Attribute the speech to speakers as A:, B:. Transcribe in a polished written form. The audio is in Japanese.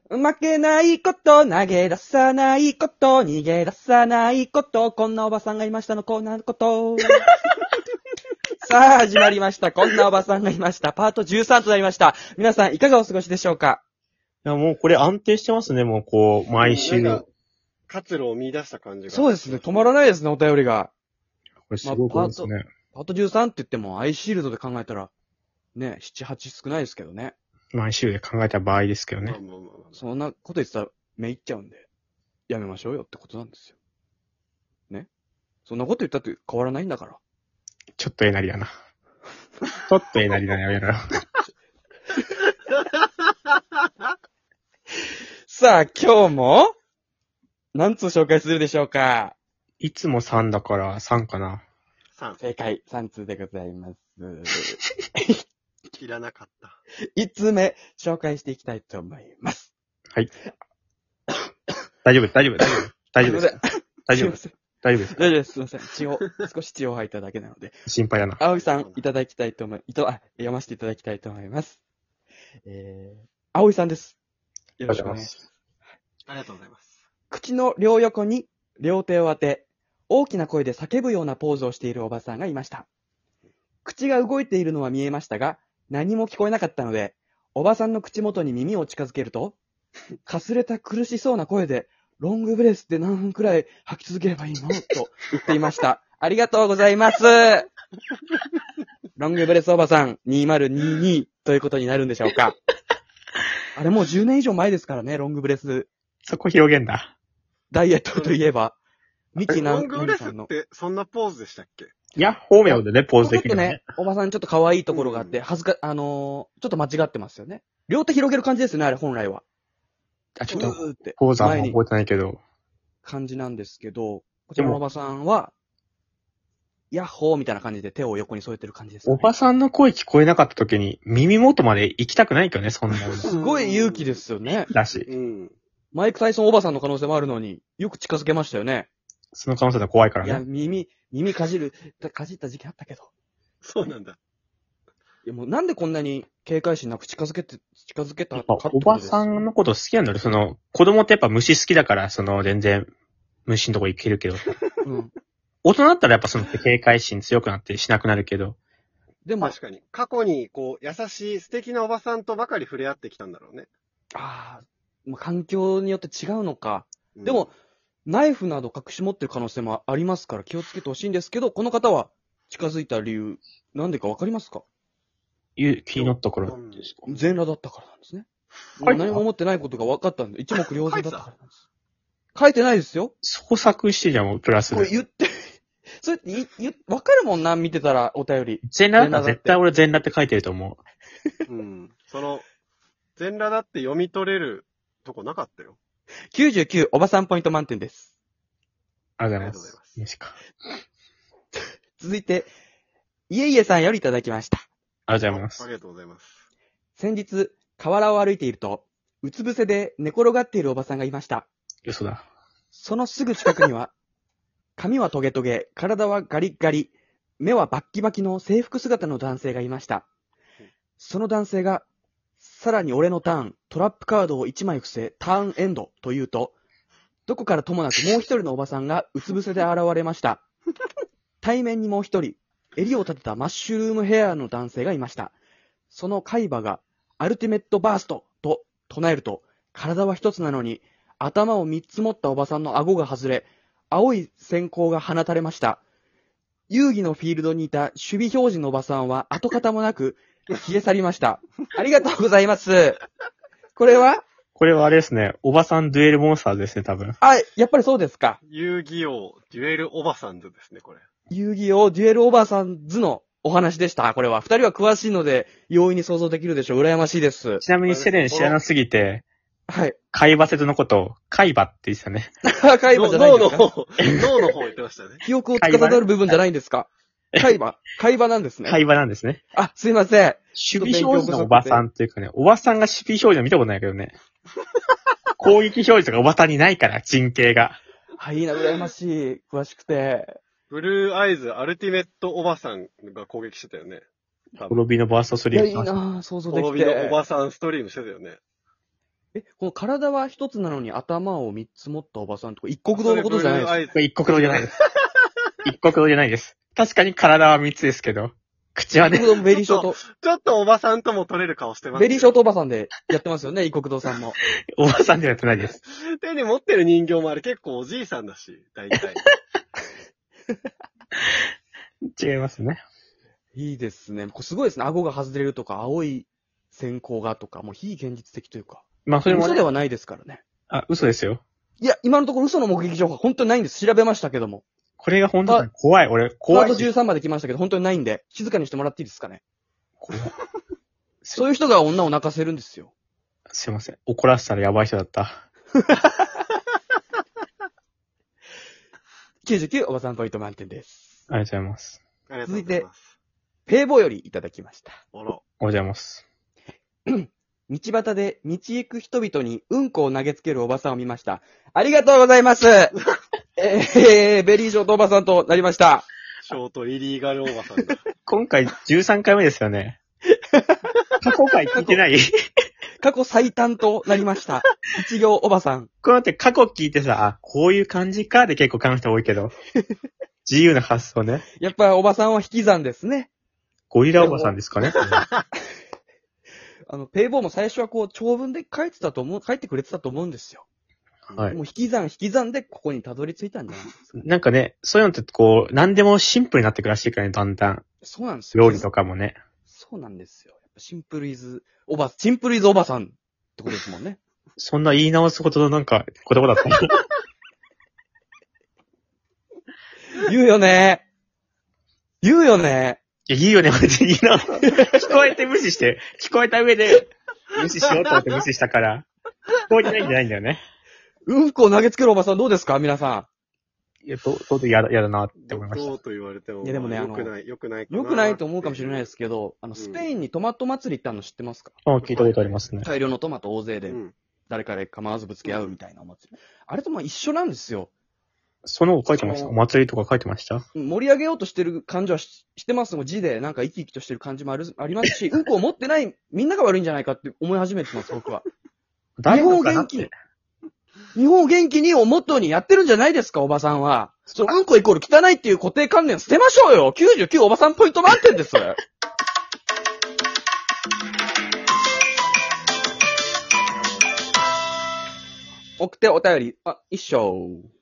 A: 負けないこと、投げ出さないこと、逃げ出さないこと、こんなおばさんがいましたの、こんなこと。さあ、始まりました。こんなおばさんがいました。パート13となりました。皆さん、いかがお過ごしでしょうか？
B: いや、もうこれ安定してますね、もうこう、毎週。
C: なんか活路を見出した感じが。
A: そうですね、止まらないですね、お便りが。
B: これすごいことですね。
A: パート13って言っても、アイシールドで考えたら、ね、7、8少ないですけどね。
B: 毎週で考えた場合ですけどね。
C: まあ。
A: そんなこと言ってたら、目いっちゃうんで、やめましょうよってことなんですよ。ね。そんなこと言ったって変わらないんだから。
B: ちょっとえなりだな。ちょっとえなりだな、やめろよ。
A: さあ、今日も、何通紹介するでしょうか？
B: いつも3だから3かな。
C: 3。
A: 正解、3通でございます。
C: いらなかった。
A: 1通目、紹介していきたいと思います。
B: はい。大丈夫です。大丈夫です。大丈夫です。大丈夫です。大丈夫です。
A: 大丈夫です。すいません。少し血を吐いただけなので。
B: 心配だな。
A: 青木さん、いただきたいと思い、読ませていただきたいと思います。青木さんです。よろしくお願いします。
C: ありがとうございます。
A: 口の両横に両手を当て、大きな声で叫ぶようなポーズをしているおばさんがいました。口が動いているのは見えましたが、何も聞こえなかったので、おばさんの口元に耳を近づけると、かすれた苦しそうな声で、ロングブレスって何分くらい吐き続ければいいのと言っていました。ありがとうございます。ロングブレスおばさん2022ということになるんでしょうか。あれもう10年以上前ですからね、ロングブレス。
B: そこ広げんだ。
A: ダイエットといえば。
C: ロングブレスってそんなポーズでしたっけ？
B: いや、方面でね、ポーズできるね。
A: おばさんちょっと可愛いところがあって、ちょっと間違ってますよね。両手広げる感じですよね、あれ本来は。
B: あ、ちょっと、
A: って
B: ポーズは覚えてないけど。
A: 感じなんですけど、こちらのおばさんは、ヤッホーみたいな感じで手を横に添えてる感じです、ね。
B: おばさんの声聞こえなかった時に耳元まで行きたくないけどね、そんなの。
A: すごい勇気ですよね。
B: だし。
C: うん。
A: マイク・タイソンおばさんの可能性もあるのに、よく近づけましたよね。
B: その可能性は怖いから
A: いや、
B: ね。
A: 耳かじった時期あったけど。
C: そうなんだ。
A: いや、もうなんでこんなに警戒心なく近づけた
B: やっ
A: か
B: ぱおばさんのこと好きなんだよ。子供ってやっぱ虫好きだから、全然、虫のとこ行けるけど。
A: うん。
B: 大人だったらやっぱ警戒心強くなってしなくなるけど。
A: でも、
C: 確かに。過去に、優しい素敵なおばさんとばかり触れ合ってきたんだろうね。
A: 環境によって違うのか。
C: うん、
A: でも、ナイフなど隠し持ってる可能性もありますから気をつけてほしいんですけど、この方は近づいた理由、なんでかわかりますか？
B: 気になったからですか。
A: 全裸だったからなんですね。
B: 書いてた
A: 何も思ってないことが分かったんで、一目瞭然だったからなんです。書いてないですよ。
B: 創作してじゃん、もうプラスで。
A: これ言って、それって分かるもんな、見てたらお便り。
B: 全裸だったら絶対俺全裸って書いてると思
C: うん。全裸だって読み取れるとこなかったよ。
A: 99、おばさんポイント満点です。
B: う。ありがとうございます。よしか。
A: 続いて、いえいえさんよりいただきました。
B: ありがとうございます。
C: ありがとうございます。
A: 先日、河原を歩いていると、うつ伏せで寝転がっているおばさんがいました。
B: 嘘だ。
A: そのすぐ近くには、髪はトゲトゲ、体はガリッガリ、目はバッキバキの制服姿の男性がいました。その男性が、さらに俺のターン、トラップカードを1枚伏せ、ターンエンドと言うと、どこからともなくもう一人のおばさんがうつ伏せで現れました。対面にもう一人、襟を立てたマッシュルームヘアの男性がいました。その海馬が、アルティメットバーストと唱えると、体は一つなのに、頭を三つ持ったおばさんの顎が外れ、青い閃光が放たれました。遊戯のフィールドにいた守備表示のおばさんは跡形もなく消え去りました。ありがとうございます。これは
B: あれですね。おばさんデュエルモンスターズですね、多分。
A: やっぱりそうですか。
C: 遊戯王デュエルおばさんズですね、これ。
A: 遊戯王デュエルおばさんズのお話でした。これは。二人は詳しいので、容易に想像できるでしょう。羨ましいです。
B: ちなみにセレン知らなすぎて、
A: はい。
B: 海馬説のことを、海馬って言ってたね。
A: 海馬じゃないんですか？
C: 脳の方言ってましたね。
A: 記憶を司る部分じゃないんですか？海馬なんですね。
B: 海馬なんですね。
A: すいません。
B: 守備表示のおばさんっていうかね、おばさんが守備表示は見たことないけどね。攻撃表示とかおばさんにないから、人形が。
A: いいな、羨ましい。詳しくて。
C: ブルーアイズアルティメットおばさんが攻撃してたよね。
B: 滅びのバーストストリーム。
A: いいな、想像できて。
C: 滅びのおばさんストリームしてたよね。
A: この体は一つなのに頭を三つ持ったおばさんとか一国道のことじゃないですか。
B: これ一国道じゃないです。一国道じゃないです。確かに体は3つですけど、口はね
A: 一国、道もベリーショート、
C: ちょっとおばさんとも取れる顔してます、
A: ベリーショートおばさんでやってますよね、異国道さんも。
B: おばさんではやってないです。
C: 手に持ってる人形もあれ結構おじいさんだし、大体。
B: 違いますね。
A: いいですね。これすごいですね。顎が外れるとか、青い閃光がとか、もう非現実的というか。
B: まあそれもね、
A: 嘘ではないですからね。
B: あ、嘘ですよ。
A: いや、今のところ嘘の目撃情報は本当にないんです。調べましたけども。
B: これが本当に怖い。俺、怖い
A: パート
B: し。
A: 13まで来ましたけど、本当にないんで、静かにしてもらっていいですかね。
B: 怖い
A: そういう人が女を泣かせるんですよ。
B: すいません。怒らせたらやばい人だった。
A: 99おばさんポイント満点です。
B: ありがとうございます。
C: ありがとうございます。
A: ペイボーよりいただきました。
C: あら。
B: おはようございます。
A: 道端で道行く人々にうんこを投げつけるおばさんを見ました。ありがとうございます。ベリーショートおばさんとなりました。
C: ショートイリーガルおばさんだ。
B: 今回13回目ですよね。過去回聞いてない
A: 過去最短となりました。一行おばさん。
B: こうやって過去聞いてさ、あ、こういう感じかで結構感じた人多いけど。自由な発想ね。
A: やっぱおばさんは引き算ですね。
B: ゴリラおばさんですかね。
A: ペイボーも最初はこう長文で書いてくれてたと思うんですよ。
B: はい
A: もう引き算でここにたどり着いたんじゃないですか。
B: なんかね、そういうのってこう、何でもシンプルになってくらしいからね、だんだん。
A: そうなんですよ。
B: 料理とかもね。
A: そうなんですよ。やっぱシンプルイズおばさんってことですもんね。
B: そんな言い直すほどのなんか言葉だった。
A: 言うよね。言うよね。
B: いや、いいよね、マジで言い直す。聞こえて無視して、聞こえた上で、無視しようと思って無視したから、聞こえてないんじゃないんだよね。
A: うんこを投げつけるおばさんどうですか皆さ
B: いや、どう嫌だなって思いました。
C: そうと言われても。
A: いやでもね
C: 良くない、良くないか
A: ん。
C: な。
A: 良くないと思うかもしれないです
C: け
A: けど、スペインにトマト祭りってあるの知ってますか？
B: あ、聞いたことありますね。
A: 大量のトマト大勢で、
C: うん。
A: 誰から構わずぶつけ合うみたいなお祭り。あれとまあ一緒なんですよ。
B: その書いてましたお祭りとか書いてました
A: 盛り上げようとしてる感じはしてますもん。字でなんか生き生きとしてる感じもありますし、うんこを持ってないみんなが悪いんじゃないかって思い始めてます、僕は。日本を元気に。日本を元気にをモットーにやってるんじゃないですか、おばさんは。そのうんこイコール汚いっていう固定観念捨てましょうよ。99おばさんポイント満点です。送ってお便り、一章。